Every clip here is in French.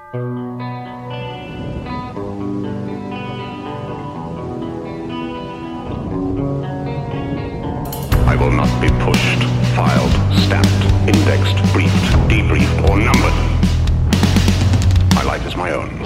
I will not be pushed, filed, stamped, indexed, briefed, debriefed, or numbered. My life is my own.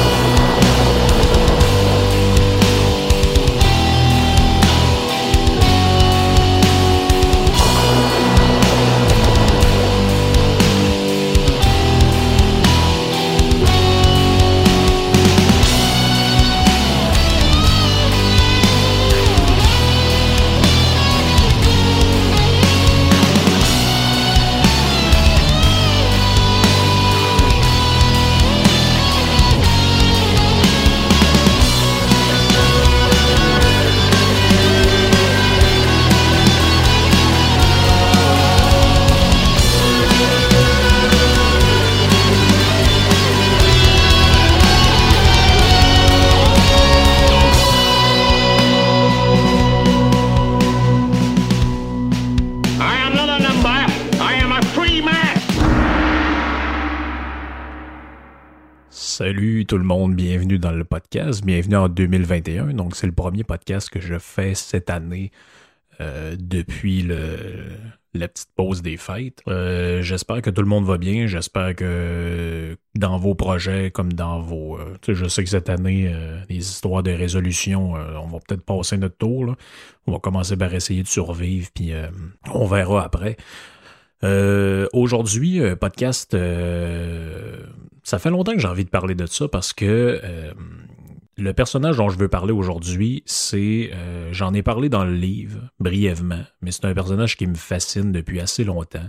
Salut tout le monde, bienvenue dans le podcast, bienvenue en 2021. Donc c'est le premier podcast que je fais cette année depuis la petite pause des fêtes. J'espère que tout le monde va bien, j'espère que dans vos projets comme dans vos... je sais que cette année, les histoires de résolution, on va peut-être passer notre tour, là. On va commencer par essayer de survivre, puis on verra après. Aujourd'hui, podcast, ça fait longtemps que j'ai envie de parler de ça parce que le personnage dont je veux parler aujourd'hui, c'est, j'en ai parlé dans le livre brièvement, mais c'est un personnage qui me fascine depuis assez longtemps.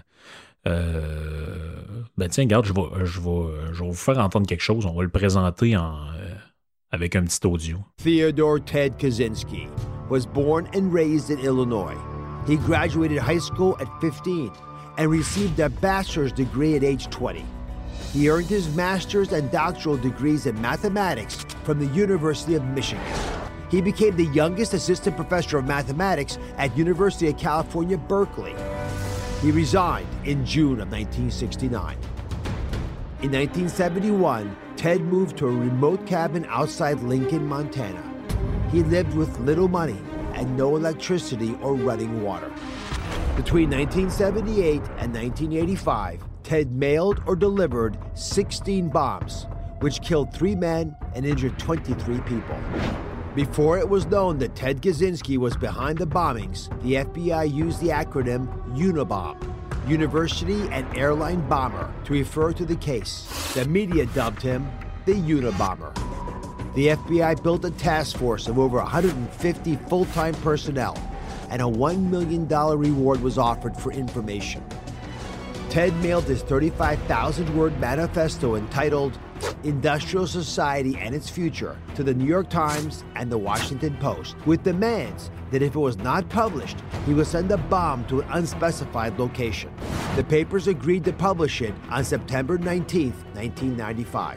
Tiens, regarde, je vais vous faire entendre quelque chose, on va le présenter avec un petit audio. Theodore Ted Kaczynski was born and raised in Illinois. He graduated high school at 15 and received a bachelor's degree at age 20. He earned his master's and doctoral degrees in mathematics from the University of Michigan. He became the youngest assistant professor of mathematics at University of California, Berkeley. He resigned in June of 1969. In 1971, Ted moved to a remote cabin outside Lincoln, Montana. He lived with little money and no electricity or running water. Between 1978 and 1985, Ted mailed or delivered 16 bombs, which killed 3 men and injured 23 people. Before it was known that Ted Kaczynski was behind the bombings, the FBI used the acronym UNIBOMB, University and Airline Bomber, to refer to the case. The media dubbed him the Unabomber. The FBI built a task force of over 150 full-time personnel, and a $1 million reward was offered for information. Ted mailed his 35,000-word manifesto entitled Industrial Society and Its Future to the New York Times and the Washington Post, with demands that if it was not published, he would send a bomb to an unspecified location. The papers agreed to publish it on September 19, 1995.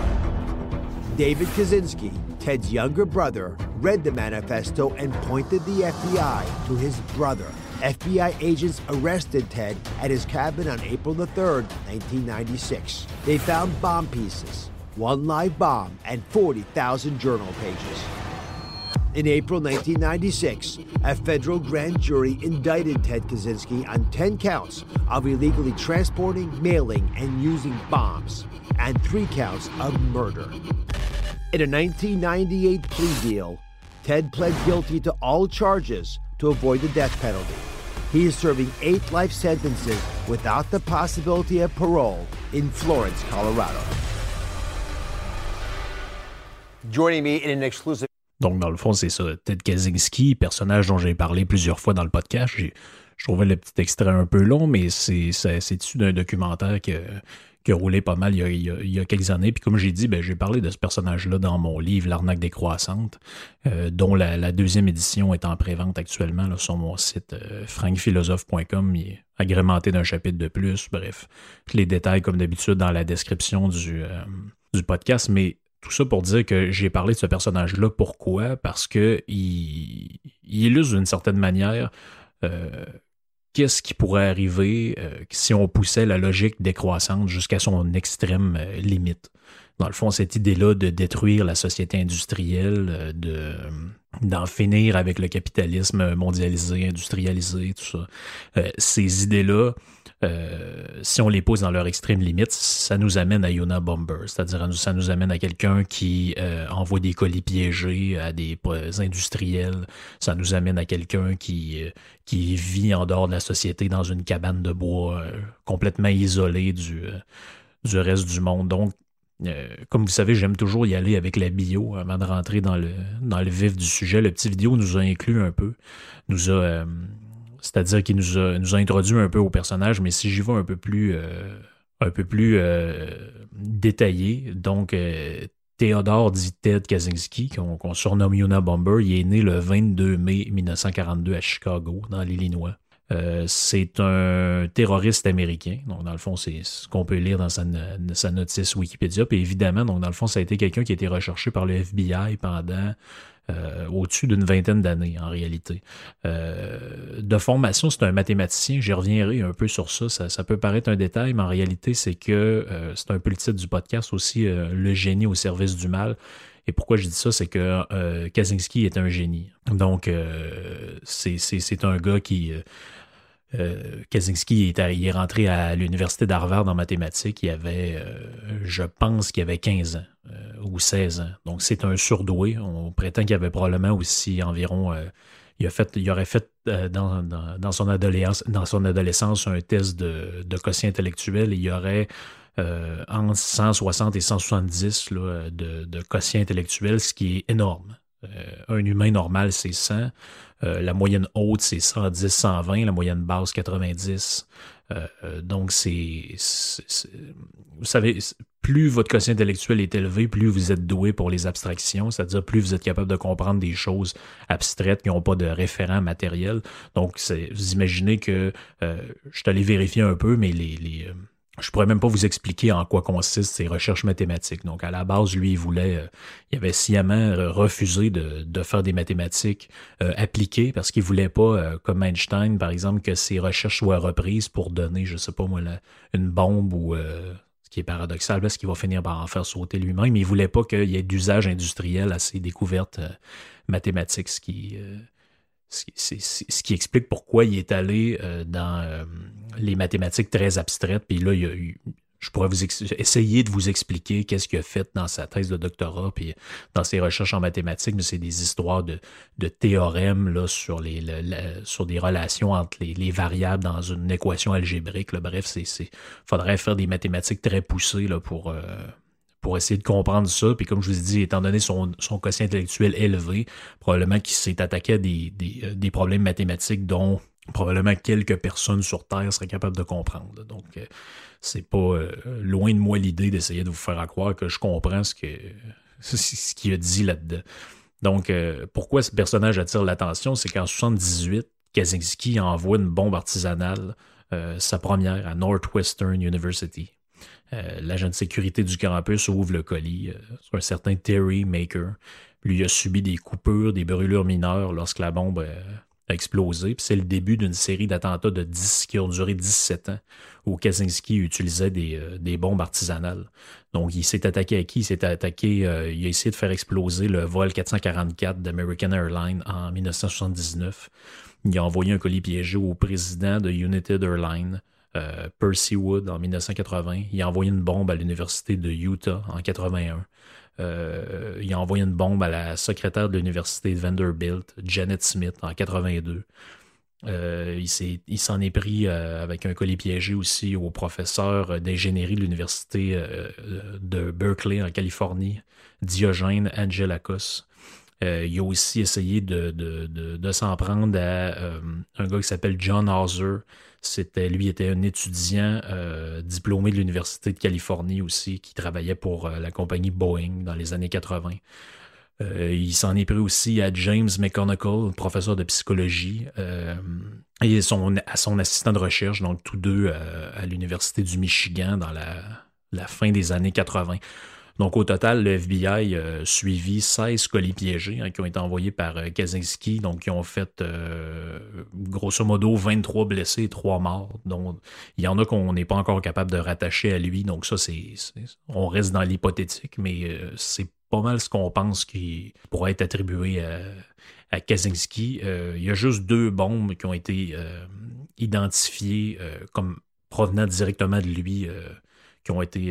David Kaczynski, Ted's younger brother, read the manifesto and pointed the FBI to his brother. FBI agents arrested Ted at his cabin on April 3, 1996. They found bomb pieces, 1 live bomb, and 40,000 journal pages. In April 1996, a federal grand jury indicted Ted Kaczynski on 10 counts of illegally transporting, mailing, and using bombs, and 3 counts of murder. In a 1998 plea deal, Ted pled guilty to all charges to avoid the death penalty. He is serving 8 life sentences without the possibility of parole in Florence, Colorado. Joining me in an exclusive... Donc, dans le fond, c'est ça. Ted Kaczynski, personnage dont j'ai parlé plusieurs fois dans le podcast. Je trouvais le petit extrait un peu long, mais c'est issu d'un documentaire qui a roulé pas mal il y a quelques années. Puis comme j'ai dit, j'ai parlé de ce personnage-là dans mon livre « L'arnaque décroissante », dont la 2e édition est en pré-vente actuellement là, sur mon site frankphilosophe.com. Il est agrémenté d'un chapitre de plus. Bref, les détails, comme d'habitude, dans la description du podcast. Mais tout ça pour dire que j'ai parlé de ce personnage-là. Pourquoi? Parce que il illustre d'une certaine manière qu'est-ce qui pourrait arriver si on poussait la logique décroissante jusqu'à son extrême limite. Dans le fond, cette idée-là de détruire la société industrielle, d'en finir avec le capitalisme mondialisé, industrialisé, tout ça. Ces idées-là, si on les pose dans leur extrême limite, ça nous amène à Unabomber, c'est-à-dire ça nous amène à quelqu'un qui envoie des colis piégés à des industriels, ça nous amène à quelqu'un qui vit en dehors de la société dans une cabane de bois complètement isolée du reste du monde. Donc, comme vous savez, j'aime toujours y aller avec la bio avant de rentrer dans le vif du sujet. Le petit vidéo nous a inclus un peu, c'est-à-dire qu'il nous a introduit un peu au personnage, mais si j'y vais un peu plus détaillé, donc Theodore dit Ted Kaczynski, qu'on surnomme Unabomber, il est né le 22 mai 1942 à Chicago, dans l'Illinois. C'est un terroriste américain. Donc, dans le fond, c'est ce qu'on peut lire dans sa notice Wikipédia. Puis évidemment, donc, dans le fond, ça a été quelqu'un qui a été recherché par le FBI pendant au-dessus d'une vingtaine d'années, en réalité. De formation, c'est un mathématicien. J'y reviendrai un peu sur ça. Ça peut paraître un détail, mais en réalité, c'est que c'est un peu le titre du podcast aussi, le génie au service du mal. Et pourquoi je dis ça, c'est que Kaczynski est un génie. Donc, c'est un gars qui... Kaczynski il est rentré à l'université d'Harvard en mathématiques. Il avait, je pense qu'il avait 15 ans ou 16 ans. Donc, c'est un surdoué. On prétend qu'il avait probablement aussi environ... il aurait fait dans son adolescence un test de quotient intellectuel. Il y aurait... entre 160 et 170 là, de quotient intellectuel, ce qui est énorme. Un humain normal, c'est 100. La moyenne haute, c'est 110, 120. La moyenne basse, 90. Donc, vous savez, plus votre quotient intellectuel est élevé, plus vous êtes doué pour les abstractions, c'est-à-dire plus vous êtes capable de comprendre des choses abstraites qui n'ont pas de référent matériel. Donc, vous imaginez que je suis allé vérifier un peu, mais je pourrais même pas vous expliquer en quoi consistent ces recherches mathématiques. Donc, à la base, lui, il avait sciemment refusé de faire des mathématiques appliquées parce qu'il voulait pas, comme Einstein, par exemple, que ses recherches soient reprises pour donner, je sais pas moi, une bombe ou... ce qui est paradoxal parce qu'il va finir par en faire sauter lui-même, mais il voulait pas qu'il y ait d'usage industriel à ces découvertes mathématiques, ce qui explique pourquoi il est allé dans les mathématiques très abstraites. Puis là, je pourrais essayer de vous expliquer qu'est-ce qu'il a fait dans sa thèse de doctorat puis dans ses recherches en mathématiques, mais c'est des histoires de théorèmes là, sur des relations entre les variables dans une équation algébrique. Là. Bref, faudrait faire des mathématiques très poussées là, pour essayer de comprendre ça. Puis comme je vous ai dit, étant donné son quotient intellectuel élevé, probablement qu'il s'est attaqué à des problèmes mathématiques dont probablement quelques personnes sur Terre seraient capables de comprendre. Donc, c'est pas loin de moi l'idée d'essayer de vous faire croire que je comprends ce qu'il a dit là-dedans. Donc, pourquoi ce personnage attire l'attention? C'est qu'en 1978, Kaczynski envoie une bombe artisanale, sa première, à Northwestern University. L'agent de sécurité du campus ouvre le colis. C'est un certain Terry Maker. Lui a subi des coupures, des brûlures mineures lorsque la bombe a explosé. Puis c'est le début d'une série d'attentats qui ont duré 17 ans où Kaczynski utilisait des bombes artisanales. Donc, il s'est attaqué à qui? Il a essayé de faire exploser le vol 444 d'American Airlines en 1979. Il a envoyé un colis piégé au président de United Airlines, Percy Wood, en 1980. Il a envoyé une bombe à l'université de Utah en 1981. Il a envoyé une bombe à la secrétaire de l'université de Vanderbilt, Janet Smith, en 1982. Il s'en est pris avec un colis piégé aussi au professeur d'ingénierie de l'université de Berkeley, en Californie, Diogène Angelakos. Il a aussi essayé de s'en prendre à un gars qui s'appelle John Hauser. Lui était un étudiant diplômé de l'Université de Californie aussi, qui travaillait pour la compagnie Boeing dans les années 80. Il s'en est pris aussi à James McConnell, professeur de psychologie, et à son assistant de recherche, donc tous deux à l'Université du Michigan dans la fin des années 80. Donc, au total, le FBI a suivi 16 colis piégés qui ont été envoyés par Kaczynski, donc qui ont fait grosso modo 23 blessés et 3 morts. Donc, il y en a qu'on n'est pas encore capable de rattacher à lui. Donc, ça, on reste dans l'hypothétique, mais c'est pas mal ce qu'on pense qui pourrait être attribué à Kaczynski. Il y a juste 2 bombes qui ont été identifiées comme provenant directement de lui, qui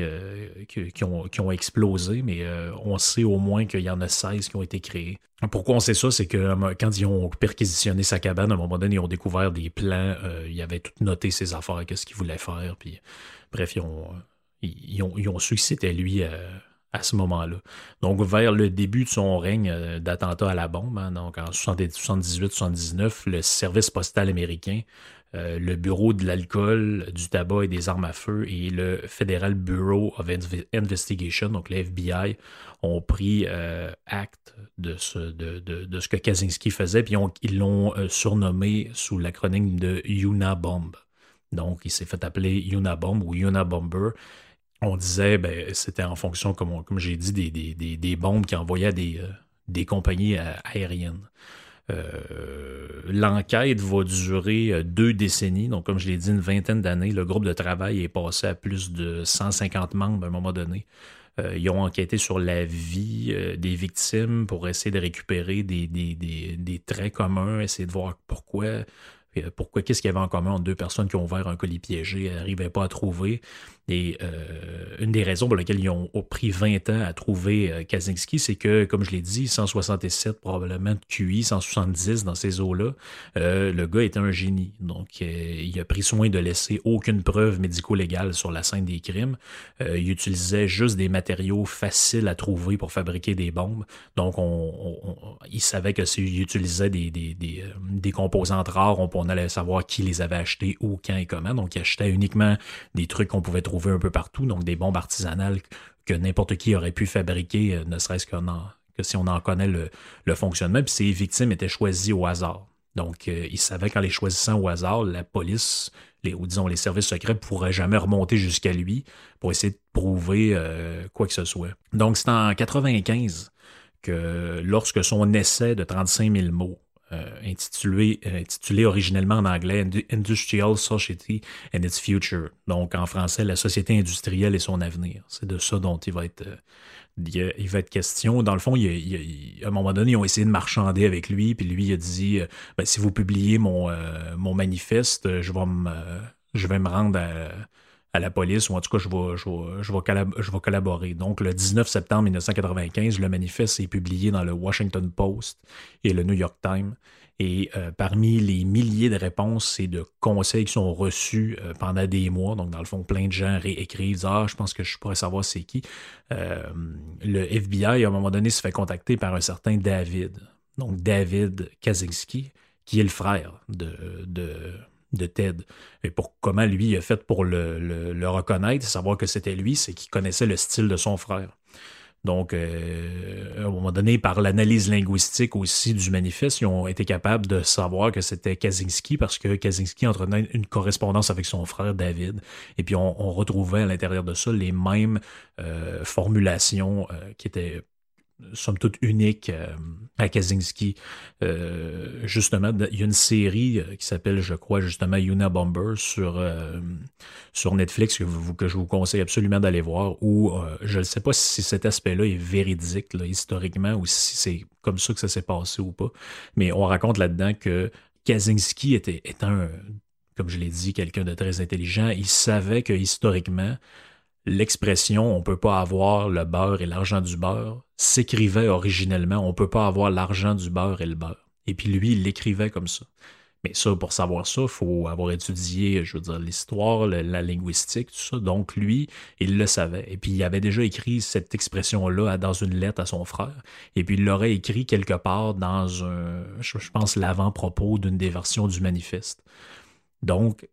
ont explosé, mais on sait au moins qu'il y en a 16 qui ont été créés. Pourquoi on sait ça? C'est que quand ils ont perquisitionné sa cabane, à un moment donné, ils ont découvert des plans, ils avaient tout noté ses affaires, qu'est-ce qu'ils voulaient faire, puis bref, ils ont su que c'était lui à ce moment-là. Donc, vers le début de son règne d'attentat à la bombe, donc en 78-79, le service postal américain, le Bureau de l'alcool, du tabac et des armes à feu et le Federal Bureau of Investigation, donc le FBI, ont pris acte de ce que Kaczynski faisait, puis ils l'ont surnommé sous l'acronyme de Unabomb. Donc, il s'est fait appeler Unabomb ou Unabomber. On disait, c'était en fonction, comme j'ai dit, des bombes qu'il envoyait à des compagnies aériennes. L'enquête va durer 2 décennies, donc comme je l'ai dit, une vingtaine d'années. Le groupe de travail est passé à plus de 150 membres à un moment donné. Ils ont enquêté sur la vie des victimes pour essayer de récupérer des traits communs, essayer de voir pourquoi, qu'est-ce qu'il y avait en commun entre 2 personnes qui ont ouvert un colis piégé, n'arrivaient pas à trouver. Et une des raisons pour lesquelles ils ont pris 20 ans à trouver Kaczynski, c'est que, comme je l'ai dit, 167 probablement de QI, 170 dans ces eaux-là, le gars était un génie. Donc, il a pris soin de laisser aucune preuve médico-légale sur la scène des crimes. Il utilisait juste des matériaux faciles à trouver pour fabriquer des bombes. Donc, il savait que s'il utilisait des composantes rares, on allait savoir qui les avait achetés, où, quand et comment. Donc, il achetait uniquement des trucs qu'on pouvait trouver un peu partout, donc des bombes artisanales que n'importe qui aurait pu fabriquer, ne serait-ce que si on en connaît le fonctionnement. Puis ces victimes étaient choisies au hasard. Donc, il savait qu'en les choisissant au hasard, la police, les services secrets ne pourraient jamais remonter jusqu'à lui pour essayer de prouver quoi que ce soit. Donc, c'est en 1995 que lorsque son essai de 35 000 mots, intitulé originellement en anglais Industrial Society and its Future. Donc, en français, la société industrielle et son avenir. C'est de ça dont il va être question. Dans le fond, à un moment donné, ils ont essayé de marchander avec lui, puis lui, il a dit si vous publiez mon manifeste, je vais me rendre à la police, ou en tout cas, je vais collaborer. Donc, le 19 septembre 1995, le manifeste est publié dans le Washington Post et le New York Times. Et parmi les milliers de réponses et de conseils qui sont reçus pendant des mois, donc dans le fond, plein de gens réécrivent, disent « Ah, je pense que je pourrais savoir c'est qui ». Le FBI, à un moment donné, se fait contacter par un certain David. Donc, David Kaczynski, qui est le frère de Ted. Et comment lui il a fait pour le reconnaître, savoir que c'était lui, c'est qu'il connaissait le style de son frère. Donc, à un moment donné, par l'analyse linguistique aussi du manifeste, ils ont été capables de savoir que c'était Kaczynski parce que Kaczynski entretenait une correspondance avec son frère David. Et puis, on retrouvait à l'intérieur de ça les mêmes formulations qui étaient somme toute unique à Kaczynski. Justement, il y a une série qui s'appelle, je crois, justement Unabomber sur Netflix que je vous conseille absolument d'aller voir, où je ne sais pas si cet aspect-là est véridique là, historiquement ou si c'est comme ça que ça s'est passé ou pas, mais on raconte là-dedans que Kaczynski était comme je l'ai dit, quelqu'un de très intelligent. Il savait que historiquement, l'expression « on ne peut pas avoir le beurre et l'argent du beurre » s'écrivait originellement « on ne peut pas avoir l'argent du beurre et le beurre ». Et puis lui, il l'écrivait comme ça. Mais ça, pour savoir ça, il faut avoir étudié, je veux dire, l'histoire, la linguistique, tout ça. Donc lui, il le savait. Et puis il avait déjà écrit cette expression-là dans une lettre à son frère. Et puis il l'aurait écrit quelque part dans je pense, l'avant-propos d'une des versions du manifeste. Donc,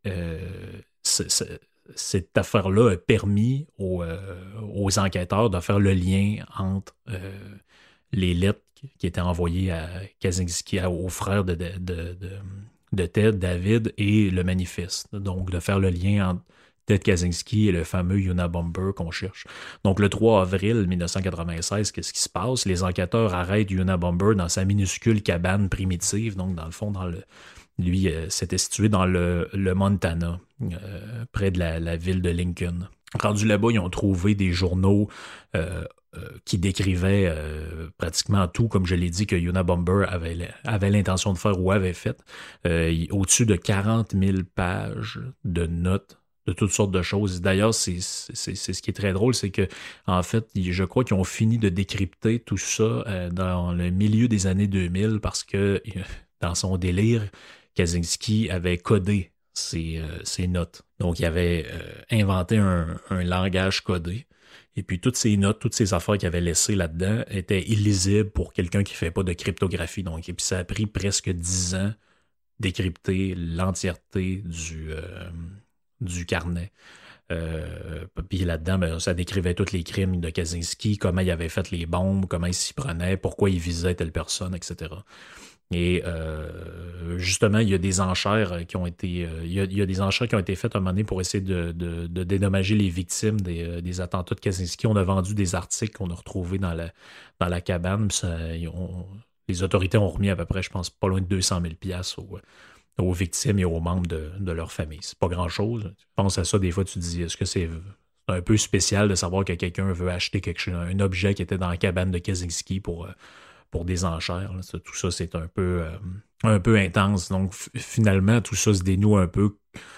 cette affaire-là a permis aux enquêteurs de faire le lien entre les lettres qui étaient envoyées à Kaczynski, au frère de Ted, David, et le manifeste. Donc, de faire le lien entre Ted Kaczynski et le fameux Unabomber qu'on cherche. Donc, le 3 avril 1996, qu'est-ce qui se passe? Les enquêteurs arrêtent Unabomber dans sa minuscule cabane primitive. Donc, dans le fond, lui, c'était situé dans le Montana, près de la ville de Lincoln. Rendu là-bas, ils ont trouvé des journaux qui décrivaient pratiquement tout, comme je l'ai dit, que Unabomber avait l'intention de faire ou avait fait. Au-dessus de 40 000 pages de notes de toutes sortes de choses. D'ailleurs, c'est ce qui est très drôle, c'est que en fait, je crois qu'ils ont fini de décrypter tout ça dans le milieu des années 2000 parce que dans son délire, Kaczynski avait codé ses notes. Donc, il avait inventé un langage codé. Et puis, toutes ces notes, toutes ces affaires qu'il avait laissées là-dedans étaient illisibles pour quelqu'un qui ne fait pas de cryptographie. Donc, et puis, ça a pris presque 10 ans décrypter l'entièreté du carnet. Puis là-dedans, ça décrivait tous les crimes de Kaczynski, comment il avait fait les bombes, comment il s'y prenait, pourquoi il visait telle personne, etc. Et justement, il y a des enchères qui ont été il y a des enchères qui ont été faites à un moment donné pour essayer de dédommager les victimes des attentats de Kaczynski. On a vendu des articles qu'on a retrouvés dans la cabane. Les autorités ont remis à peu près, je pense, pas loin de 200 000 $ aux victimes et aux membres de leur famille. C'est pas grand-chose. Tu penses à ça, des fois, tu te dis, est-ce que c'est un peu spécial de savoir que quelqu'un veut acheter un objet qui était dans la cabane de Kaczynski pour des enchères. Là. Tout ça, c'est un peu intense. Donc, finalement, tout ça se dénoue un peu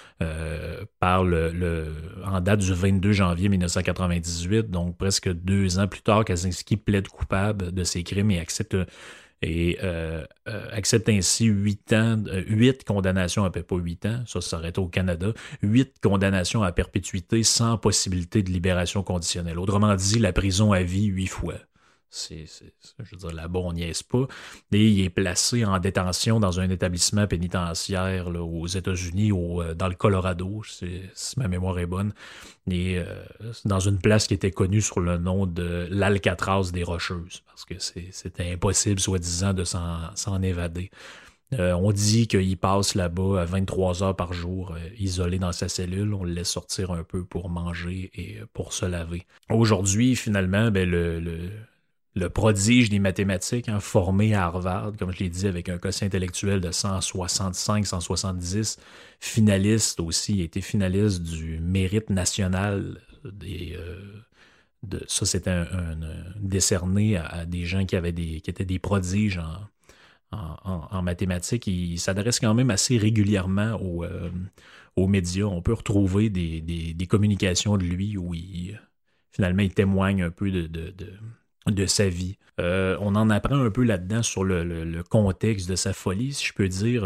en date du 22 janvier 1998, donc presque 2 ans plus tard, Kaczynski plaide coupable de ses crimes et accepte ainsi 8 condamnations, pas 8 ans, ça aurait été au Canada, 8 condamnations à perpétuité sans possibilité de libération conditionnelle. Autrement dit, la prison à vie 8 fois. Je veux dire, là-bas, on n'y est pas. Et il est placé en détention dans un établissement pénitentiaire là, aux États-Unis, dans le Colorado, si ma mémoire est bonne. Et dans une place qui était connue sous le nom de l'Alcatraz des Rocheuses, parce que c'était impossible, soi-disant, de s'en évader. On dit qu'il passe là-bas à 23 heures par jour, isolé dans sa cellule. On le laisse sortir un peu pour manger et pour se laver. Aujourd'hui, finalement, le prodige des mathématiques, formé à Harvard, comme je l'ai dit, avec un quotient intellectuel de 165, 170, finaliste aussi, il a été finaliste du mérite national ça, c'était un décerné à des gens qui étaient des prodiges en mathématiques. Il s'adresse quand même assez régulièrement aux médias. On peut retrouver des communications de lui où finalement, il témoigne un peu de sa vie. On en apprend un peu là-dedans sur le contexte de sa folie, si je peux dire,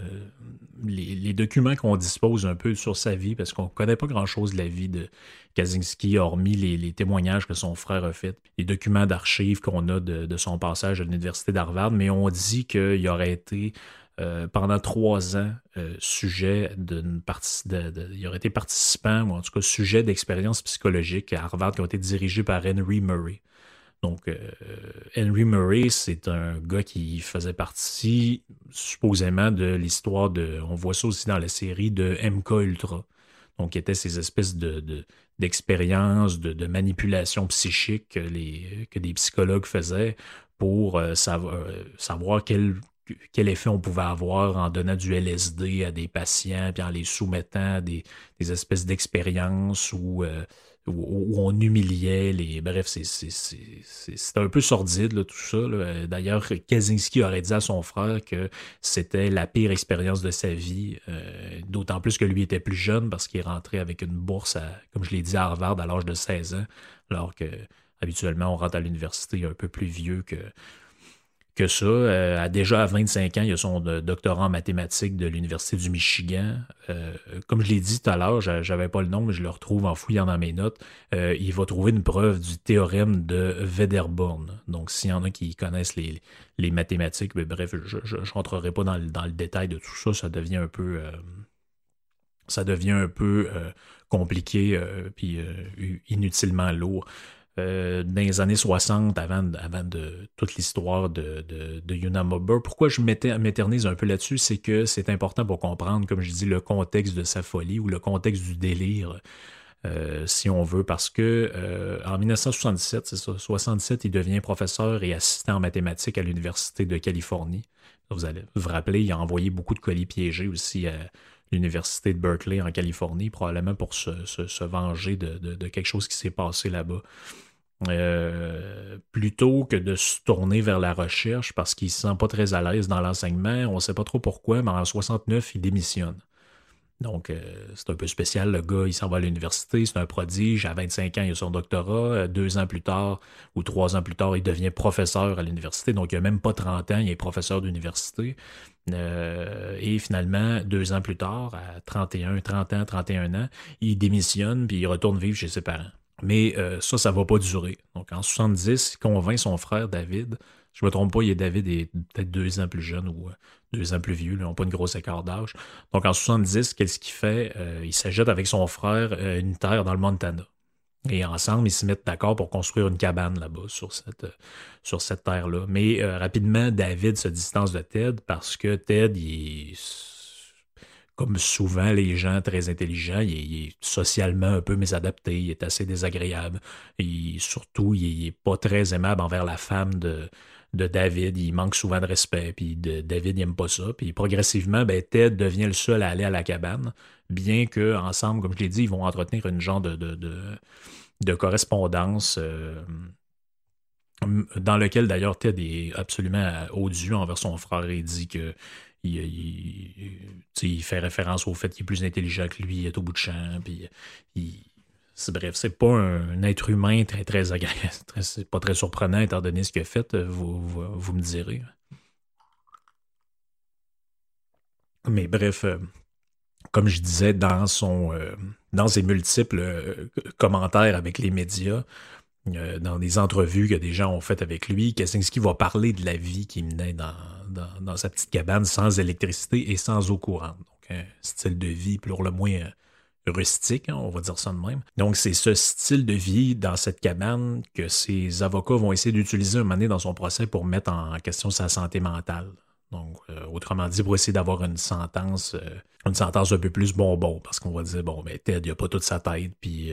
les documents qu'on dispose un peu sur sa vie, parce qu'on ne connaît pas grand-chose de la vie de Kaczynski, hormis les témoignages que son frère a fait, les documents d'archives qu'on a de son passage à l'université d'Harvard, mais on dit qu'il aurait été pendant 3 ans sujet il aurait été participant, ou en tout cas sujet d'expériences psychologiques à Harvard qui ont été dirigées par Henry Murray. Donc, Henry Murray, c'est un gars qui faisait partie, supposément, de l'histoire on voit ça aussi dans la série de MK Ultra. Donc, qui étaient ces espèces d'expériences, de manipulation psychique que des psychologues faisaient pour savoir quel effet on pouvait avoir en donnant du LSD à des patients, puis en les soumettant à des espèces d'expériences où on humiliait Bref, c'est un peu sordide, là, tout ça. Là. D'ailleurs, Kaczynski aurait dit à son frère que c'était la pire expérience de sa vie, d'autant plus que lui était plus jeune parce qu'il est rentré avec une bourse, comme je l'ai dit, à Harvard à l'âge de 16 ans, alors que habituellement, on rentre à l'université un peu plus vieux que ça. Déjà à 25 ans, il a son doctorat en mathématiques de l'Université du Michigan. Comme je l'ai dit tout à l'heure, j'avais pas le nom, mais je le retrouve en fouillant dans mes notes. Il va trouver une preuve du théorème de Wedderburn. Donc, s'il y en a qui connaissent les mathématiques, mais bref, je ne rentrerai pas dans le détail de tout ça. Ça devient un peu compliqué puis inutilement lourd. dans les années 60, avant de toute l'histoire de Unabomber. Pourquoi je m'éternise un peu là-dessus, c'est que c'est important pour comprendre, comme je dis, le contexte de sa folie ou le contexte du délire, si on veut, parce que en 1977, c'est ça, 67, il devient professeur et assistant en mathématiques à l'Université de Californie. Vous allez vous rappeler, il a envoyé beaucoup de colis piégés aussi à l'Université de Berkeley en Californie, probablement pour se venger de quelque chose qui s'est passé là-bas. Plutôt que de se tourner vers la recherche parce qu'il ne se sent pas très à l'aise dans l'enseignement, on ne sait pas trop pourquoi, mais en 69, il démissionne. Donc, c'est un peu spécial. Le gars, il s'en va à l'université, c'est un prodige. À 25 ans, il a son doctorat. 2 ans plus tard, ou 3 ans plus tard, il devient professeur à l'université. Donc, il n'a même pas 30 ans, il est professeur d'université. Et finalement, 2 ans plus tard, à 30 ans, 31 ans, il démissionne puis il retourne vivre chez ses parents. Mais ça ne va pas durer. Donc, en 70, il convainc son frère David. Je ne me trompe pas, David est peut-être 2 ans plus jeune ou 2 ans plus vieux. Ils n'ont pas une grosse écart d'âge. Donc, en 70, qu'est-ce qu'il fait? Il s'achète avec son frère une terre dans le Montana. Et ensemble, ils se mettent d'accord pour construire une cabane là-bas, sur cette terre-là. Mais rapidement, David se distance de Ted parce que Ted, il est, comme souvent les gens très intelligents, il est socialement un peu mésadapté, il est assez désagréable. Et surtout, il n'est pas très aimable envers la femme de David. Il manque souvent de respect, puis David n'aime pas ça. Puis progressivement, Ted devient le seul à aller à la cabane, bien qu'ensemble, comme je l'ai dit, ils vont entretenir une genre de correspondance dans lequel d'ailleurs Ted est absolument odieux envers son frère et dit que il fait référence au fait qu'il est plus intelligent que lui, il est au bout de champ, puis bref, c'est pas un être humain très, très agréable. C'est pas très surprenant étant donné ce qu'il a fait, vous me direz. Mais bref, comme je disais, dans ses multiples commentaires avec les médias, dans des entrevues que des gens ont faites avec lui, Kaczynski va parler de la vie qu'il menait dans sa petite cabane sans électricité et sans eau courante. Donc, un style de vie pour le moins rustique, hein, on va dire ça de même. Donc, c'est ce style de vie dans cette cabane que ses avocats vont essayer d'utiliser un moment donné dans son procès pour mettre en question sa santé mentale. Donc, autrement dit, pour essayer d'avoir une sentence un peu plus bonbon, parce qu'on va dire, Ted, il n'a pas toute sa tête, puis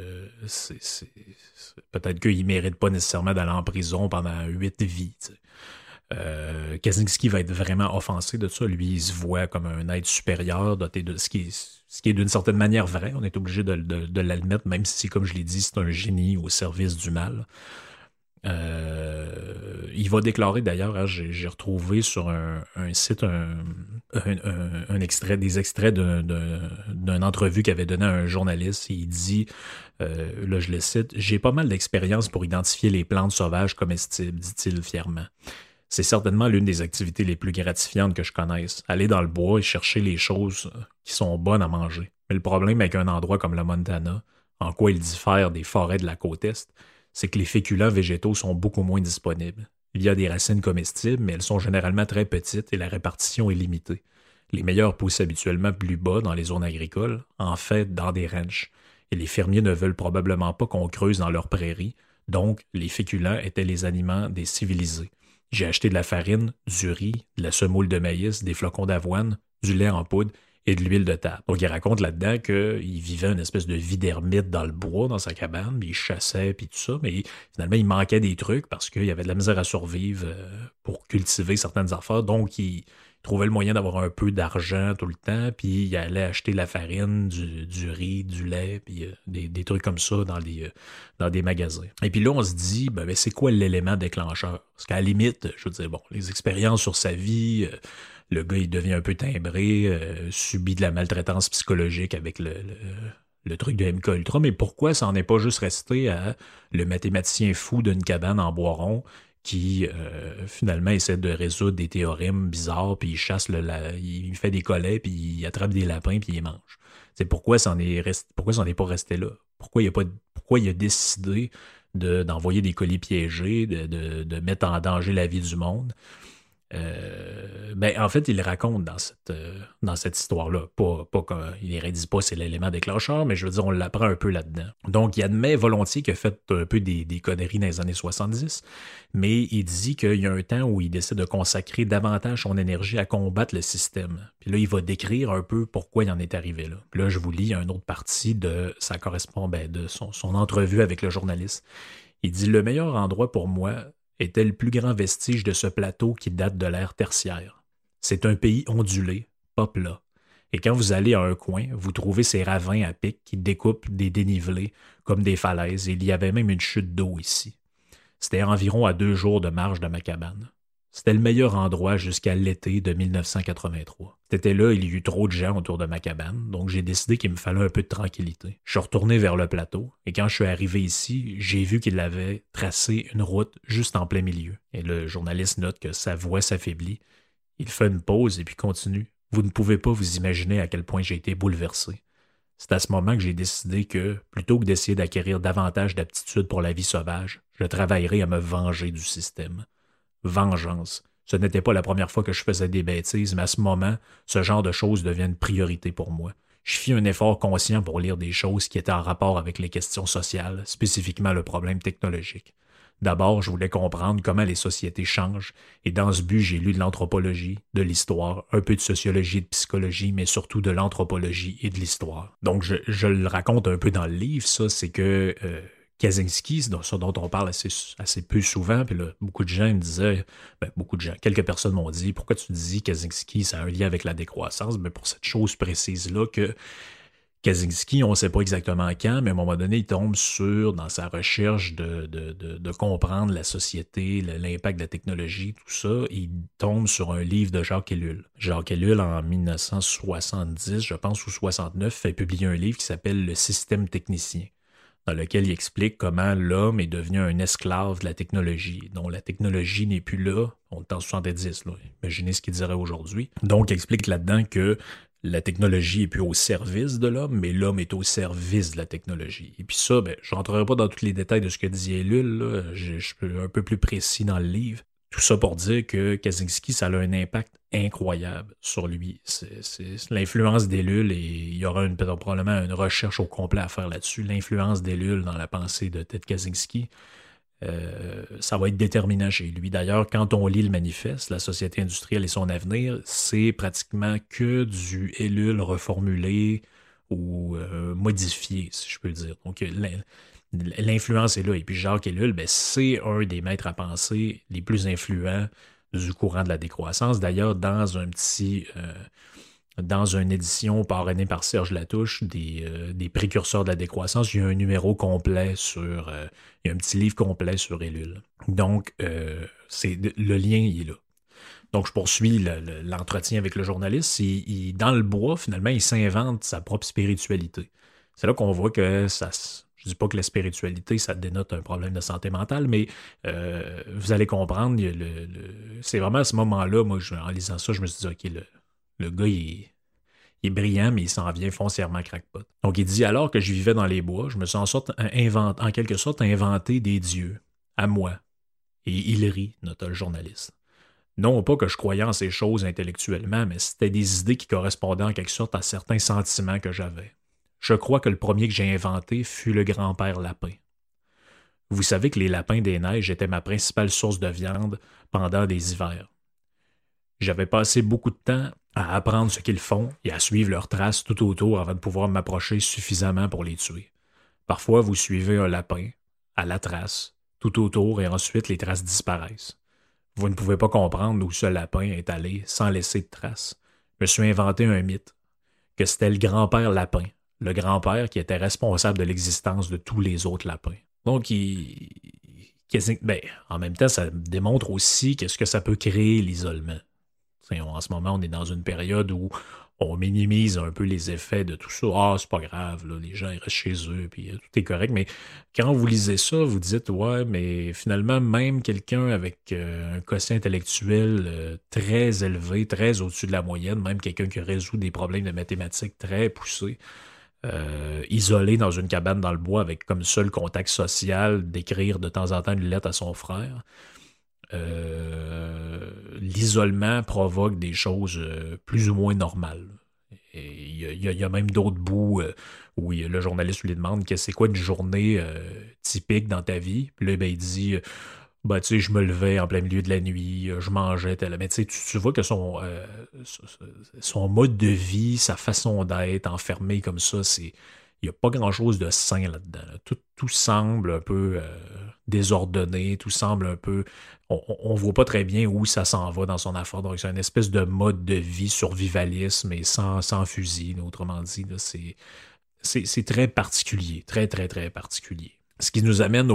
peut-être qu'il ne mérite pas nécessairement d'aller en prison pendant 8 vies. Kaczynski va être vraiment offensé de ça. Lui, il se voit comme un être supérieur, doté de ce qui est d'une certaine manière vrai. On est obligé de l'admettre, même si, comme je l'ai dit, c'est un génie au service du mal. Il va déclarer d'ailleurs, hein, j'ai retrouvé sur un site des extraits d'une entrevue qu'il avait donné à un journaliste. Il dit, là je le cite, « J'ai pas mal d'expérience pour identifier les plantes sauvages comestibles, dit-il fièrement. C'est certainement l'une des activités les plus gratifiantes que je connaisse, aller dans le bois et chercher les choses qui sont bonnes à manger. Mais le problème avec un endroit comme le Montana, en quoi il diffère des forêts de la côte Est, c'est que les féculents végétaux sont beaucoup moins disponibles. Il y a des racines comestibles, mais elles sont généralement très petites et la répartition est limitée. Les meilleures poussent habituellement plus bas dans les zones agricoles, en fait dans des ranchs, et les fermiers ne veulent probablement pas qu'on creuse dans leurs prairies, donc les féculents étaient les aliments des civilisés. J'ai acheté de la farine, du riz, de la semoule de maïs, des flocons d'avoine, du lait en poudre et de l'huile de table. Donc, il raconte là-dedans qu'il vivait une espèce de vie d'ermite dans le bois, dans sa cabane, puis il chassait, puis tout ça, mais finalement, il manquait des trucs parce qu'il y avait de la misère à survivre pour cultiver certaines affaires. Donc, il trouvait le moyen d'avoir un peu d'argent tout le temps, puis il allait acheter de la farine, du riz, du lait, puis des trucs comme ça dans des magasins. Et puis là, on se dit, c'est quoi l'élément déclencheur? Parce qu'à la limite, je veux dire, les expériences sur sa vie... Le gars, il devient un peu timbré, subit de la maltraitance psychologique avec le truc de MKUltra. Mais pourquoi ça n'en est pas juste resté à le mathématicien fou d'une cabane en bois rond qui, finalement, essaie de résoudre des théorèmes bizarres, puis il chasse il fait des collets, puis il attrape des lapins, puis il les mange. C'est pourquoi ça n'en est pas resté là? Pourquoi il a décidé d'envoyer des colis piégés, de mettre en danger la vie du monde? En fait, il raconte dans cette histoire-là. Pas il ne rédit pas c'est l'élément déclencheur, mais je veux dire, on l'apprend un peu là-dedans. Donc, il admet volontiers qu'il a fait un peu des conneries dans les années 70, mais il dit qu'il y a un temps où il décide de consacrer davantage son énergie à combattre le système. Puis là, il va décrire un peu pourquoi il en est arrivé là. Puis là, je vous lis une autre partie de ça correspond de son entrevue avec le journaliste. Il dit « Le meilleur endroit pour moi était le plus grand vestige de ce plateau qui date de l'ère tertiaire. C'est un pays ondulé, pas plat. Et quand vous allez à un coin, vous trouvez ces ravins à pic qui découpent des dénivelés comme des falaises, et il y avait même une chute d'eau ici. C'était environ à 2 jours de marche de ma cabane. C'était le meilleur endroit jusqu'à l'été de 1983. Cet été-là, il y eut trop de gens autour de ma cabane, donc j'ai décidé qu'il me fallait un peu de tranquillité. Je suis retourné vers le plateau, et quand je suis arrivé ici, j'ai vu qu'il avait tracé une route juste en plein milieu. Et le journaliste note que sa voix s'affaiblit. Il fait une pause et puis continue. Vous ne pouvez pas vous imaginer à quel point j'ai été bouleversé. C'est à ce moment que j'ai décidé que, plutôt que d'essayer d'acquérir davantage d'aptitude pour la vie sauvage, je travaillerai à me venger du système. Vengeance. Ce n'était pas la première fois que je faisais des bêtises, mais à ce moment, ce genre de choses devient une priorité pour moi. Je fis un effort conscient pour lire des choses qui étaient en rapport avec les questions sociales, spécifiquement le problème technologique. D'abord, je voulais comprendre comment les sociétés changent, et dans ce but, j'ai lu de l'anthropologie, de l'histoire, un peu de sociologie et de psychologie, mais surtout de l'anthropologie et de l'histoire. Donc, je le raconte un peu dans le livre, ça, c'est que Kaczynski, c'est ce dont on parle assez peu souvent, puis là, beaucoup de gens me disaient, quelques personnes m'ont dit, pourquoi tu dis Kaczynski, ça a un lien avec la décroissance? Mais pour cette chose précise-là que Kaczynski, on ne sait pas exactement quand, mais à un moment donné, il tombe dans sa recherche de comprendre la société, l'impact de la technologie, tout ça, il tombe sur un livre de Jacques Ellul. Jacques Ellul, en 1970, je pense, ou 69, fait publier un livre qui s'appelle « Le système technicien », dans lequel il explique comment l'homme est devenu un esclave de la technologie, dont la technologie n'est plus là. On est en 70, là. Imaginez ce qu'il dirait aujourd'hui. Donc, il explique là-dedans que la technologie n'est plus au service de l'homme, mais l'homme est au service de la technologie. Et puis ça, je ne rentrerai pas dans tous les détails de ce que dit Ellul, là. Je suis un peu plus précis dans le livre. Tout ça pour dire que Kaczynski, ça a un impact incroyable sur lui. C'est l'influence d'Ellul, et il y aura probablement une recherche au complet à faire là-dessus. L'influence d'Ellul dans la pensée de Ted Kaczynski, ça va être déterminant chez lui. D'ailleurs, quand on lit le manifeste, La société industrielle et son avenir, c'est pratiquement que du Ellul reformulé ou modifié, si je peux dire. Donc, l'influence est là. Et puis Jacques Ellul, c'est un des maîtres à penser les plus influents du courant de la décroissance. D'ailleurs, dans une édition parrainée par Serge Latouche des précurseurs de la décroissance, il y a un numéro complet il y a un petit livre complet sur Ellul. Donc, le lien, il est là. Donc, je poursuis l'entretien avec le journaliste. Dans le bois, finalement, il s'invente sa propre spiritualité. C'est là qu'on voit que je ne dis pas que la spiritualité, ça dénote un problème de santé mentale, mais vous allez comprendre, c'est vraiment à ce moment-là, moi, en lisant ça, je me suis dit, OK, le gars, il est brillant, mais il s'en vient foncièrement crackpot. Donc, il dit, alors que je vivais dans les bois, je me suis en quelque sorte inventé des dieux, à moi. Et il rit, nota le journaliste. Non pas que je croyais en ces choses intellectuellement, mais c'était des idées qui correspondaient en quelque sorte à certains sentiments que j'avais. Je crois que le premier que j'ai inventé fut le grand-père lapin. Vous savez que les lapins des neiges étaient ma principale source de viande pendant des hivers. J'avais passé beaucoup de temps à apprendre ce qu'ils font et à suivre leurs traces tout autour avant de pouvoir m'approcher suffisamment pour les tuer. Parfois, vous suivez un lapin, à la trace, tout autour, et ensuite les traces disparaissent. Vous ne pouvez pas comprendre où ce lapin est allé sans laisser de traces. Je me suis inventé un mythe, que c'était le grand-père lapin, le grand-père qui était responsable de l'existence de tous les autres lapins. Donc, en même temps, ça démontre aussi qu'est-ce que ça peut créer, l'isolement. En ce moment, on est dans une période où on minimise un peu les effets de tout ça. Ah, c'est pas grave, là, les gens ils restent chez eux, puis tout est correct. Mais quand vous lisez ça, vous dites, ouais, mais finalement, même quelqu'un avec un quotient intellectuel très élevé, très au-dessus de la moyenne, même quelqu'un qui résout des problèmes de mathématiques très poussés, isolé dans une cabane dans le bois avec comme seul contact social d'écrire de temps en temps une lettre à son frère, l'isolement provoque des choses plus ou moins normales. Il y a même d'autres bouts où le journaliste lui demande que c'est quoi une journée typique dans ta vie. Puis là, ben, il dit ben, tu sais, je me levais en plein milieu de la nuit, je mangeais, tel. Mais tu sais, tu vois que son mode de vie, sa façon d'être enfermé comme ça, il n'y a pas grand-chose de sain là-dedans. Là. Tout semble un peu désordonné, tout semble un peu... On ne voit pas très bien où ça s'en va dans son affaire. Donc, c'est une espèce de mode de vie survivaliste, mais sans fusil. Là, autrement dit, là, c'est très particulier. Très, très, très particulier. Ce qui nous amène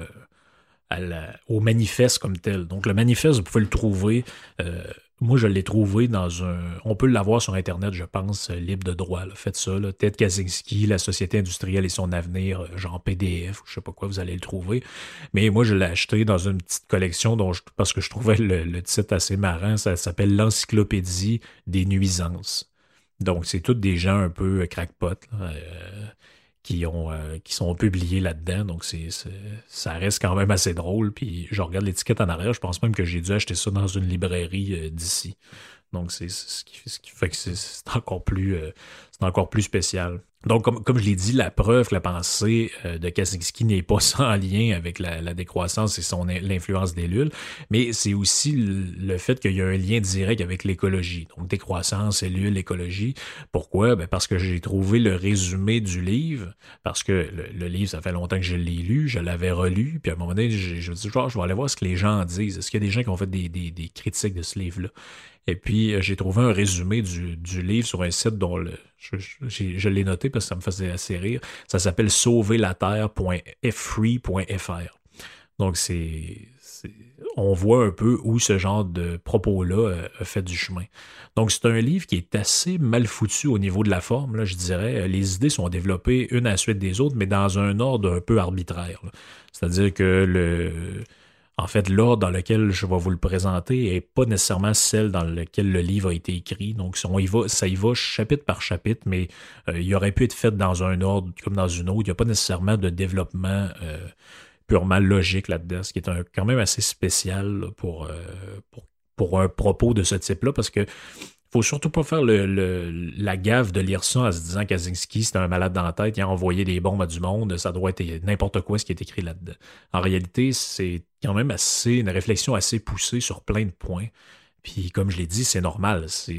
au manifeste comme tel. Donc, le manifeste, vous pouvez le trouver... moi, je l'ai trouvé dans un... On peut l'avoir sur Internet, je pense, libre de droit. Là. Faites ça. Là. Ted Kaczynski, la société industrielle et son avenir, genre PDF, je sais pas quoi, vous allez le trouver. Mais moi, je l'ai acheté dans une petite collection parce que je trouvais le titre assez marrant. Ça s'appelle l'Encyclopédie des nuisances. Donc, c'est tous des gens un peu crackpots, là, qui sont publiés là-dedans. Donc, ça reste quand même assez drôle. Puis, je regarde l'étiquette en arrière. Je pense même que j'ai dû acheter ça dans une librairie d'ici. Donc, c'est ce qui fait que c'est encore plus spécial. Donc, comme je l'ai dit, la preuve que la pensée de Kaczynski n'est pas sans lien avec la décroissance et l'influence des LUL, mais c'est aussi le fait qu'il y a un lien direct avec l'écologie. Donc, décroissance, LUL, écologie. Pourquoi? Ben parce que j'ai trouvé le résumé du livre, parce que le livre, ça fait longtemps que je l'ai lu, je l'avais relu, puis à un moment donné, je me dis, genre, je vais aller voir ce que les gens disent. Est-ce qu'il y a des gens qui ont fait des critiques de ce livre-là? Et puis, j'ai trouvé un résumé du livre sur un site dont je l'ai noté parce que ça me faisait assez rire. Ça s'appelle sauverlaterre.f3.fr. Donc, on voit un peu où ce genre de propos-là a fait du chemin. Donc, c'est un livre qui est assez mal foutu au niveau de la forme, là, je dirais. Les idées sont développées une à la suite des autres, mais dans un ordre un peu arbitraire. Là. C'est-à-dire que en fait, l'ordre dans lequel je vais vous le présenter n'est pas nécessairement celle dans laquelle le livre a été écrit. Donc, ça y va chapitre par chapitre, mais il aurait pu être fait dans un ordre comme dans une autre. Il n'y a pas nécessairement de développement purement logique là-dedans, ce qui est quand même assez spécial là, pour un propos de ce type-là, parce que faut surtout pas faire la gaffe de lire ça en se disant que Kaczynski, c'était un malade dans la tête, il a envoyé des bombes à du monde, ça doit être n'importe quoi ce qui est écrit là-dedans. En réalité, c'est quand même une réflexion assez poussée sur plein de points. Puis, comme je l'ai dit, c'est normal. C'est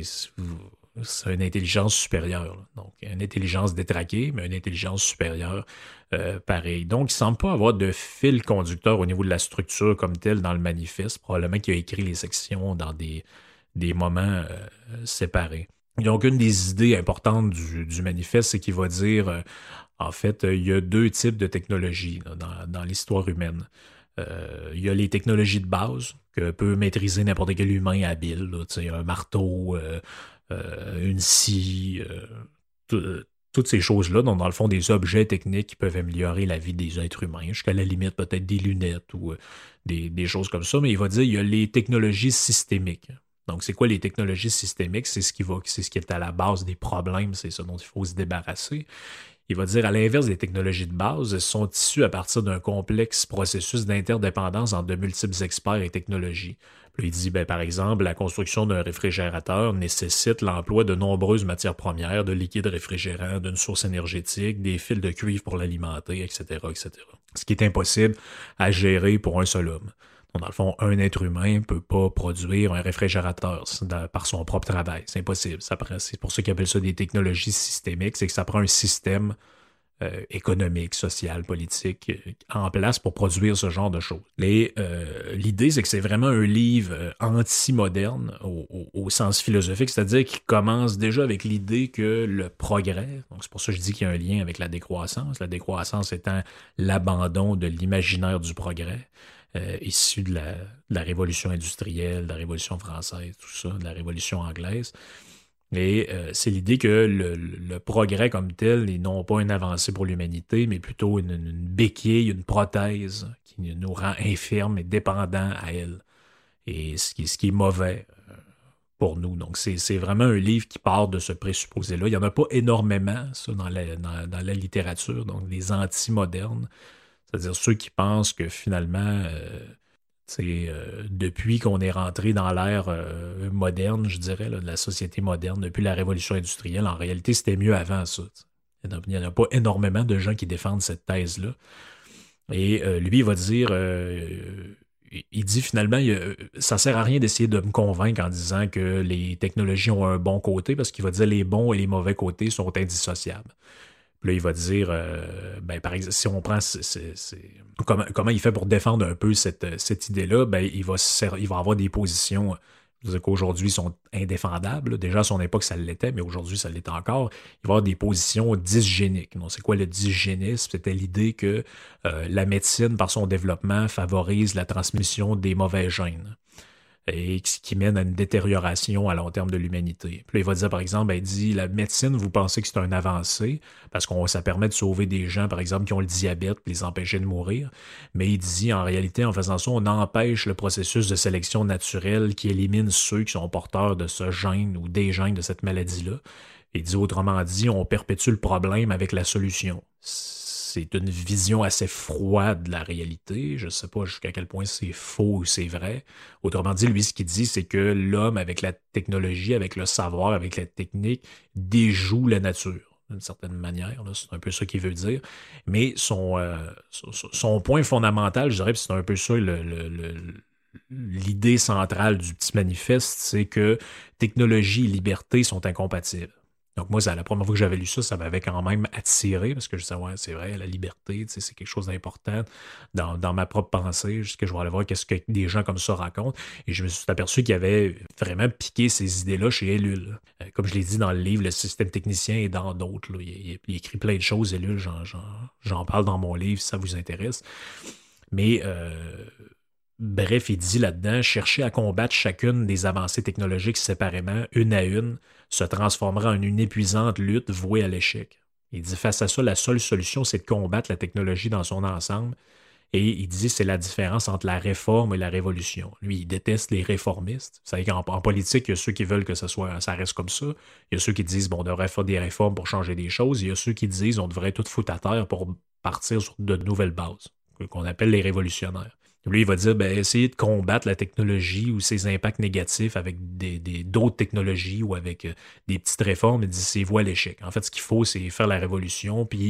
une intelligence supérieure. Là. Donc, une intelligence détraquée, mais une intelligence supérieure pareil. Donc, il ne semble pas avoir de fil conducteur au niveau de la structure comme telle dans le manifeste. Probablement qu'il a écrit les sections dans des moments séparés. Donc, une des idées importantes du manifeste, c'est qu'il va dire, en fait, il y a deux types de technologies là, dans l'histoire humaine. Il y a les technologies de base que peut maîtriser n'importe quel humain habile, là, un marteau, une scie, toutes ces choses-là, donc dans le fond, des objets techniques qui peuvent améliorer la vie des êtres humains, jusqu'à la limite peut-être des lunettes ou des choses comme ça, mais il va dire il y a les technologies systémiques. Donc, c'est quoi les technologies systémiques? C'est ce qui est à la base des problèmes, c'est ça dont il faut se débarrasser. Il va dire, à l'inverse des technologies de base, elles sont issues à partir d'un complexe processus d'interdépendance entre de multiples experts et technologies. Puis il dit, par exemple, la construction d'un réfrigérateur nécessite l'emploi de nombreuses matières premières, de liquides réfrigérants, d'une source énergétique, des fils de cuivre pour l'alimenter, etc., etc. Ce qui est impossible à gérer pour un seul homme. Donc, dans le fond, un être humain ne peut pas produire un réfrigérateur par son propre travail. C'est impossible. C'est pour ça qu'ils appellent ça des technologies systémiques. C'est que ça prend un système économique, social, politique en place pour produire ce genre de choses. L'idée, c'est que c'est vraiment un livre anti-moderne au sens philosophique, c'est-à-dire qu'il commence déjà avec l'idée que le progrès, donc c'est pour ça que je dis qu'il y a un lien avec la décroissance étant l'abandon de l'imaginaire du progrès, issu de la révolution industrielle, de la révolution française, tout ça, de la révolution anglaise. Et c'est l'idée que le progrès comme tel n'est non pas une avancée pour l'humanité, mais plutôt une béquille, une prothèse qui nous rend infirmes et dépendants à elle. Et ce qui est mauvais pour nous. Donc, c'est vraiment un livre qui part de ce présupposé-là. Il n'y en a pas énormément, ça, dans la littérature, donc les anti-modernes. C'est-à-dire ceux qui pensent que finalement, Depuis qu'on est rentré dans l'ère moderne, je dirais, là, de la société moderne, depuis la révolution industrielle, en réalité, c'était mieux avant ça. Il n'y en a pas énormément de gens qui défendent cette thèse-là. Et lui, il va dire, il dit finalement, ça sert à rien d'essayer de me convaincre en disant que les technologies ont un bon côté, parce qu'il va dire les bons et les mauvais côtés sont indissociables. Puis là, il va dire, par exemple, si on prend comment il fait pour défendre un peu cette idée-là, il va avoir des positions. Je veux dire qu'aujourd'hui, sont indéfendables. Là. Déjà, à son époque, ça l'était, mais aujourd'hui, ça l'est encore. Il va y avoir des positions dysgéniques. Donc, c'est quoi le dysgénisme? C'était l'idée que la médecine, par son développement, favorise la transmission des mauvais gènes et qui mène à une détérioration à long terme de l'humanité. Puis là, il va dire, par exemple, il dit, la médecine, vous pensez que c'est un avancé, parce que ça permet de sauver des gens, par exemple, qui ont le diabète, puis les empêcher de mourir. Mais il dit, en réalité, en faisant ça, on empêche le processus de sélection naturelle qui élimine ceux qui sont porteurs de ce gène ou des gènes de cette maladie-là. Il dit, autrement dit, on perpétue le problème avec la solution. C'est une vision assez froide de la réalité. Je ne sais pas jusqu'à quel point c'est faux ou c'est vrai. Autrement dit, lui, ce qu'il dit, c'est que l'homme, avec la technologie, avec le savoir, avec la technique, déjoue la nature, d'une certaine manière. Là. C'est un peu ça qu'il veut dire. Mais son point fondamental, je dirais, c'est un peu ça l'idée centrale du petit manifeste, c'est que technologie et liberté sont incompatibles. Donc moi, la première fois que j'avais lu ça, ça m'avait quand même attiré parce que je disais, ouais, c'est vrai, la liberté, c'est quelque chose d'important dans ma propre pensée, juste que je vais aller voir qu'est-ce que des gens comme ça racontent. Et je me suis aperçu qu'il y avait vraiment piqué ces idées-là chez Ellul. Comme je l'ai dit dans le livre, Le système technicien et dans d'autres. Là, il écrit plein de choses, Ellul, j'en parle dans mon livre si ça vous intéresse. Mais bref, il dit là-dedans, chercher à combattre chacune des avancées technologiques séparément, une à une, se transformera en une épuisante lutte vouée à l'échec. Il dit, face à ça, la seule solution, c'est de combattre la technologie dans son ensemble. Et il dit, c'est la différence entre la réforme et la révolution. Lui, il déteste les réformistes. Vous savez qu'en politique, il y a ceux qui veulent que ça reste comme ça. Il y a ceux qui disent, bon, on devrait faire des réformes pour changer des choses. Il y a ceux qui disent, on devrait tout foutre à terre pour partir sur de nouvelles bases, qu'on appelle les révolutionnaires. Lui, il va dire, essayez de combattre la technologie ou ses impacts négatifs avec d'autres technologies ou avec des petites réformes. Il dit, c'est voie à l'échec. En fait, ce qu'il faut, c'est faire la révolution puis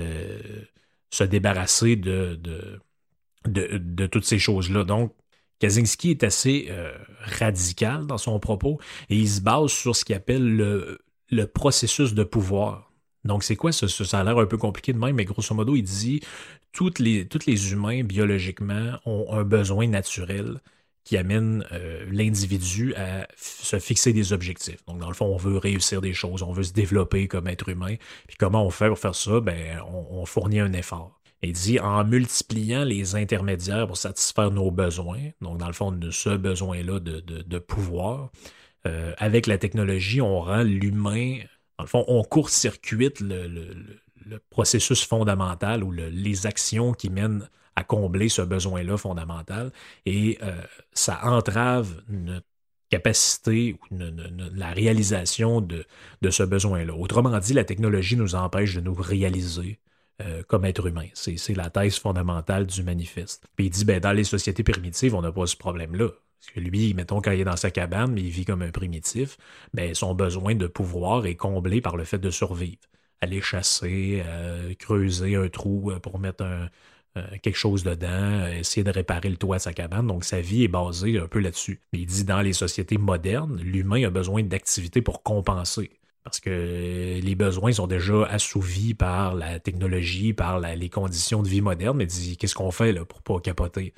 se débarrasser de toutes ces choses-là. Donc, Kaczynski est assez radical dans son propos et il se base sur ce qu'il appelle le processus de pouvoir. Donc, c'est quoi ça? Ça a l'air un peu compliqué de même, mais grosso modo, il dit tous les humains, biologiquement, ont un besoin naturel qui amène l'individu à se fixer des objectifs. Donc, dans le fond, on veut réussir des choses, on veut se développer comme être humain. Puis comment on fait pour faire ça? On fournit un effort. Il dit, en multipliant les intermédiaires pour satisfaire nos besoins, donc dans le fond, ce besoin-là de pouvoir, avec la technologie, on rend l'humain... Dans le fond, on court-circuite le processus fondamental ou les actions qui mènent à combler ce besoin-là fondamental et ça entrave notre capacité ou la réalisation de ce besoin-là. Autrement dit, la technologie nous empêche de nous réaliser comme être humain. C'est la thèse fondamentale du manifeste. Puis il dit, dans les sociétés primitives, on n'a pas ce problème-là. Parce que lui, mettons, quand il est dans sa cabane, mais il vit comme un primitif, son besoin de pouvoir est comblé par le fait de survivre. Aller chasser, creuser un trou pour mettre quelque chose dedans, essayer de réparer le toit de sa cabane. Donc, sa vie est basée un peu là-dessus. Mais il dit, dans les sociétés modernes, l'humain a besoin d'activités pour compenser. Parce que les besoins sont déjà assouvis par la technologie, par les conditions de vie modernes. Mais il dit, qu'est-ce qu'on fait là, pour pas capoter?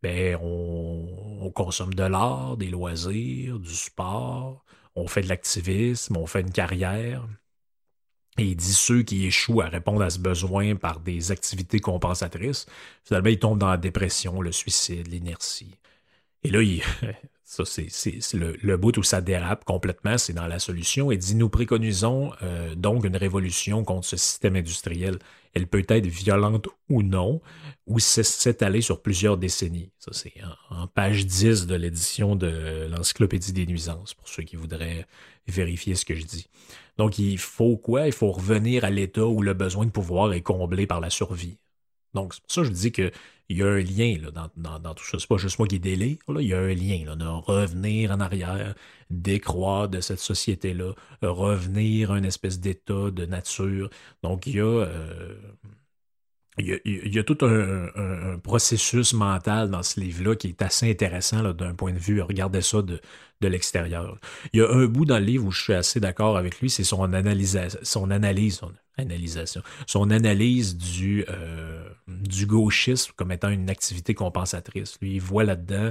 On consomme de l'art, des loisirs, du sport, on fait de l'activisme, on fait une carrière. Et il dit ceux qui échouent à répondre à ce besoin par des activités compensatrices, finalement, ils tombent dans la dépression, le suicide, l'inertie. Et là, ça, c'est le bout où ça dérape complètement, c'est dans la solution. Il dit, nous préconisons donc une révolution contre ce système industriel. Elle peut être violente ou non, ou s'étaler sur plusieurs décennies. Ça, c'est en page 10 de l'édition de l'Encyclopédie des nuisances, pour ceux qui voudraient vérifier ce que je dis. Donc, il faut quoi? Il faut revenir à l'état où le besoin de pouvoir est comblé par la survie. Donc, c'est pour ça que je dis qu'il y a un lien là, dans tout ça. C'est pas juste moi qui délire, là, il y a un lien là, de revenir en arrière, décroître de cette société-là, revenir à une espèce d'état de nature. Donc, il y a tout un processus mental dans ce livre-là qui est assez intéressant là, d'un point de vue, regardez ça de l'extérieur. Il y a un bout dans le livre où je suis assez d'accord avec lui, c'est son analyse du gauchisme comme étant une activité compensatrice. Lui, il voit là-dedans,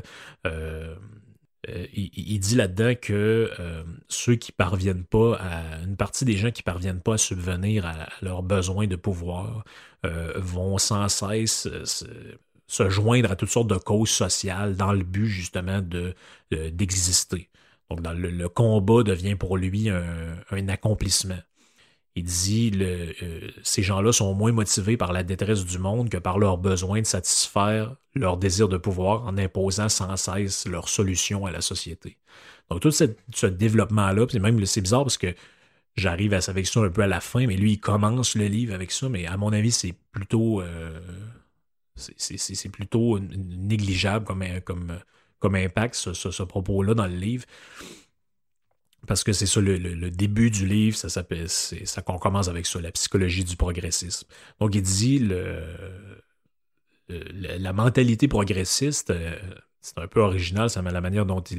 il dit là-dedans que ceux qui parviennent pas une partie des gens qui parviennent pas à subvenir à leurs besoins de pouvoir vont sans cesse se joindre à toutes sortes de causes sociales dans le but justement d'exister. Donc le combat devient pour lui un accomplissement. Il dit ces gens-là sont moins motivés par la détresse du monde que par leur besoin de satisfaire leur désir de pouvoir en imposant sans cesse leurs solutions à la société. Donc tout ce développement-là, puis même c'est bizarre parce que j'arrive avec ça un peu à la fin, mais lui il commence le livre avec ça, mais à mon avis c'est plutôt c'est plutôt négligeable comme impact ce propos-là dans le livre. Parce que c'est ça, le début du livre, ça qu'on commence avec ça, la psychologie du progressisme. Donc, il dit la mentalité progressiste, c'est un peu original, ça, la manière dont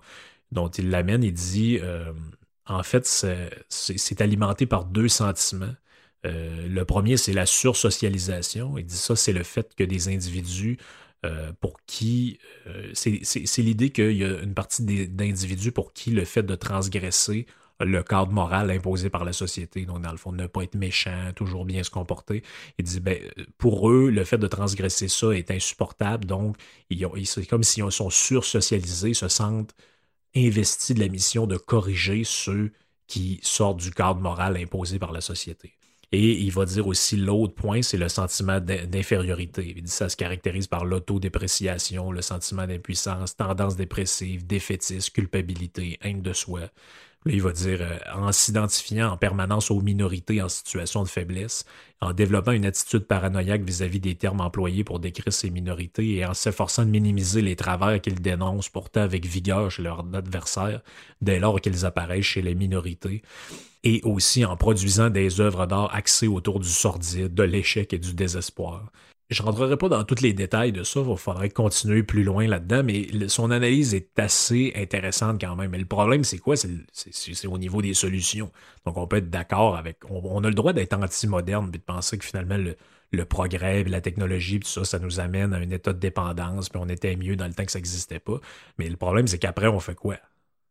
il l'amène. Il dit, en fait, c'est alimenté par deux sentiments. Le premier, c'est la sursocialisation. Il dit ça, c'est le fait que des individus pour qui c'est l'idée qu'il y a une partie d'individus pour qui le fait de transgresser le cadre moral imposé par la société, donc dans le fond, ne pas être méchant, toujours bien se comporter, il dit, pour eux, le fait de transgresser ça est insupportable, donc c'est comme s'ils sont sursocialisés, se sentent investis de la mission de corriger ceux qui sortent du cadre moral imposé par la société. Et il va dire aussi l'autre point, c'est le sentiment d'infériorité. Il dit ça se caractérise par l'autodépréciation, le sentiment d'impuissance, tendance dépressive, défaitisme, culpabilité, haine de soi. Là, il va dire, en s'identifiant en permanence aux minorités en situation de faiblesse, en développant une attitude paranoïaque vis-à-vis des termes employés pour décrire ces minorités et en s'efforçant de minimiser les travers qu'ils dénoncent pourtant avec vigueur chez leurs adversaires dès lors qu'ils apparaissent chez les minorités, et aussi en produisant des œuvres d'art axées autour du sordide, de l'échec et du désespoir. Je ne rentrerai pas dans tous les détails de ça, il faudrait continuer plus loin là-dedans, mais son analyse est assez intéressante quand même. Mais le problème, c'est quoi? C'est au niveau des solutions. Donc, on peut être d'accord avec... On a le droit d'être anti-moderne et de penser que finalement, le progrès, la technologie, tout ça, ça nous amène à un état de dépendance, puis on était mieux dans le temps que ça n'existait pas. Mais le problème, c'est qu'après, on fait quoi?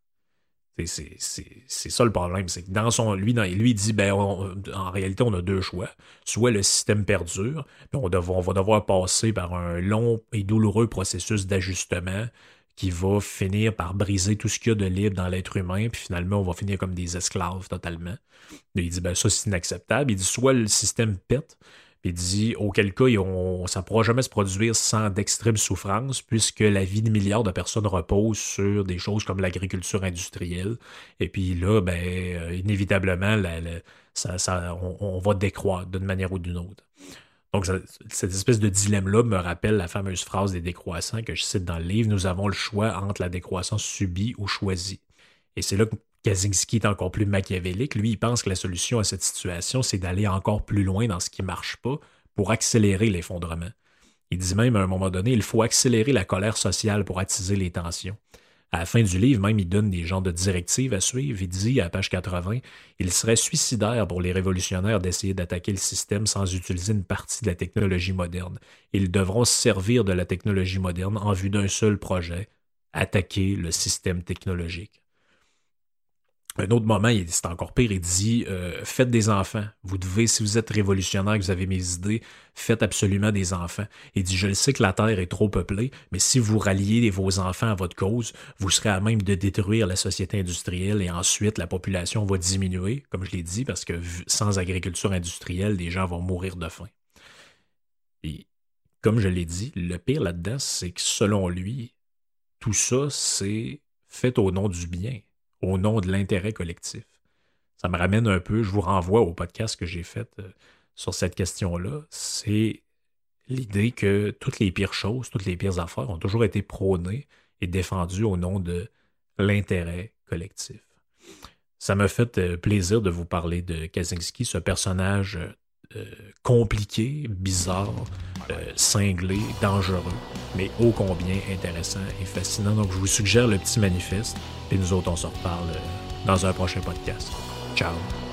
C'est ça le problème, c'est que lui, il dit, en réalité, on a deux choix. Soit le système perdure, puis on va devoir passer par un long et douloureux processus d'ajustement qui va finir par briser tout ce qu'il y a de libre dans l'être humain, puis finalement, on va finir comme des esclaves totalement. Et il dit, ça, c'est inacceptable. Il dit, soit le système pète, puis il dit, auquel cas, ça ne pourra jamais se produire sans d'extrêmes souffrances, puisque la vie de milliards de personnes repose sur des choses comme l'agriculture industrielle. Et puis là, inévitablement, on va décroître d'une manière ou d'une autre. Donc, cette espèce de dilemme-là me rappelle la fameuse phrase des décroissants que je cite dans le livre, « Nous avons le choix entre la décroissance subie ou choisie ». Et c'est là que Kaczynski est encore plus machiavélique. Lui, il pense que la solution à cette situation, c'est d'aller encore plus loin dans ce qui ne marche pas pour accélérer l'effondrement. Il dit même, à un moment donné, il faut accélérer la colère sociale pour attiser les tensions. À la fin du livre, même, il donne des genres de directives à suivre. Il dit, à la page 80, « Il serait suicidaire pour les révolutionnaires d'essayer d'attaquer le système sans utiliser une partie de la technologie moderne. Ils devront se servir de la technologie moderne en vue d'un seul projet, attaquer le système technologique. » Un autre moment, c'est encore pire, il dit faites des enfants. Vous devez, si vous êtes révolutionnaire, que vous avez mes idées, faites absolument des enfants. Il dit je le sais que la Terre est trop peuplée, mais si vous ralliez vos enfants à votre cause, vous serez à même de détruire la société industrielle et ensuite la population va diminuer, comme je l'ai dit, parce que sans agriculture industrielle, les gens vont mourir de faim. Et comme je l'ai dit, le pire là-dedans, c'est que selon lui, tout ça, c'est fait au nom du bien, au nom de l'intérêt collectif. Ça me ramène un peu, je vous renvoie au podcast que j'ai fait sur cette question-là, c'est l'idée que toutes les pires choses, toutes les pires affaires ont toujours été prônées et défendues au nom de l'intérêt collectif. Ça m'a fait plaisir de vous parler de Kaczynski, ce personnage compliqué, bizarre, cinglé, dangereux, mais ô combien intéressant et fascinant. Donc, je vous suggère le petit manifeste et nous autres, on se reparle dans un prochain podcast. Ciao!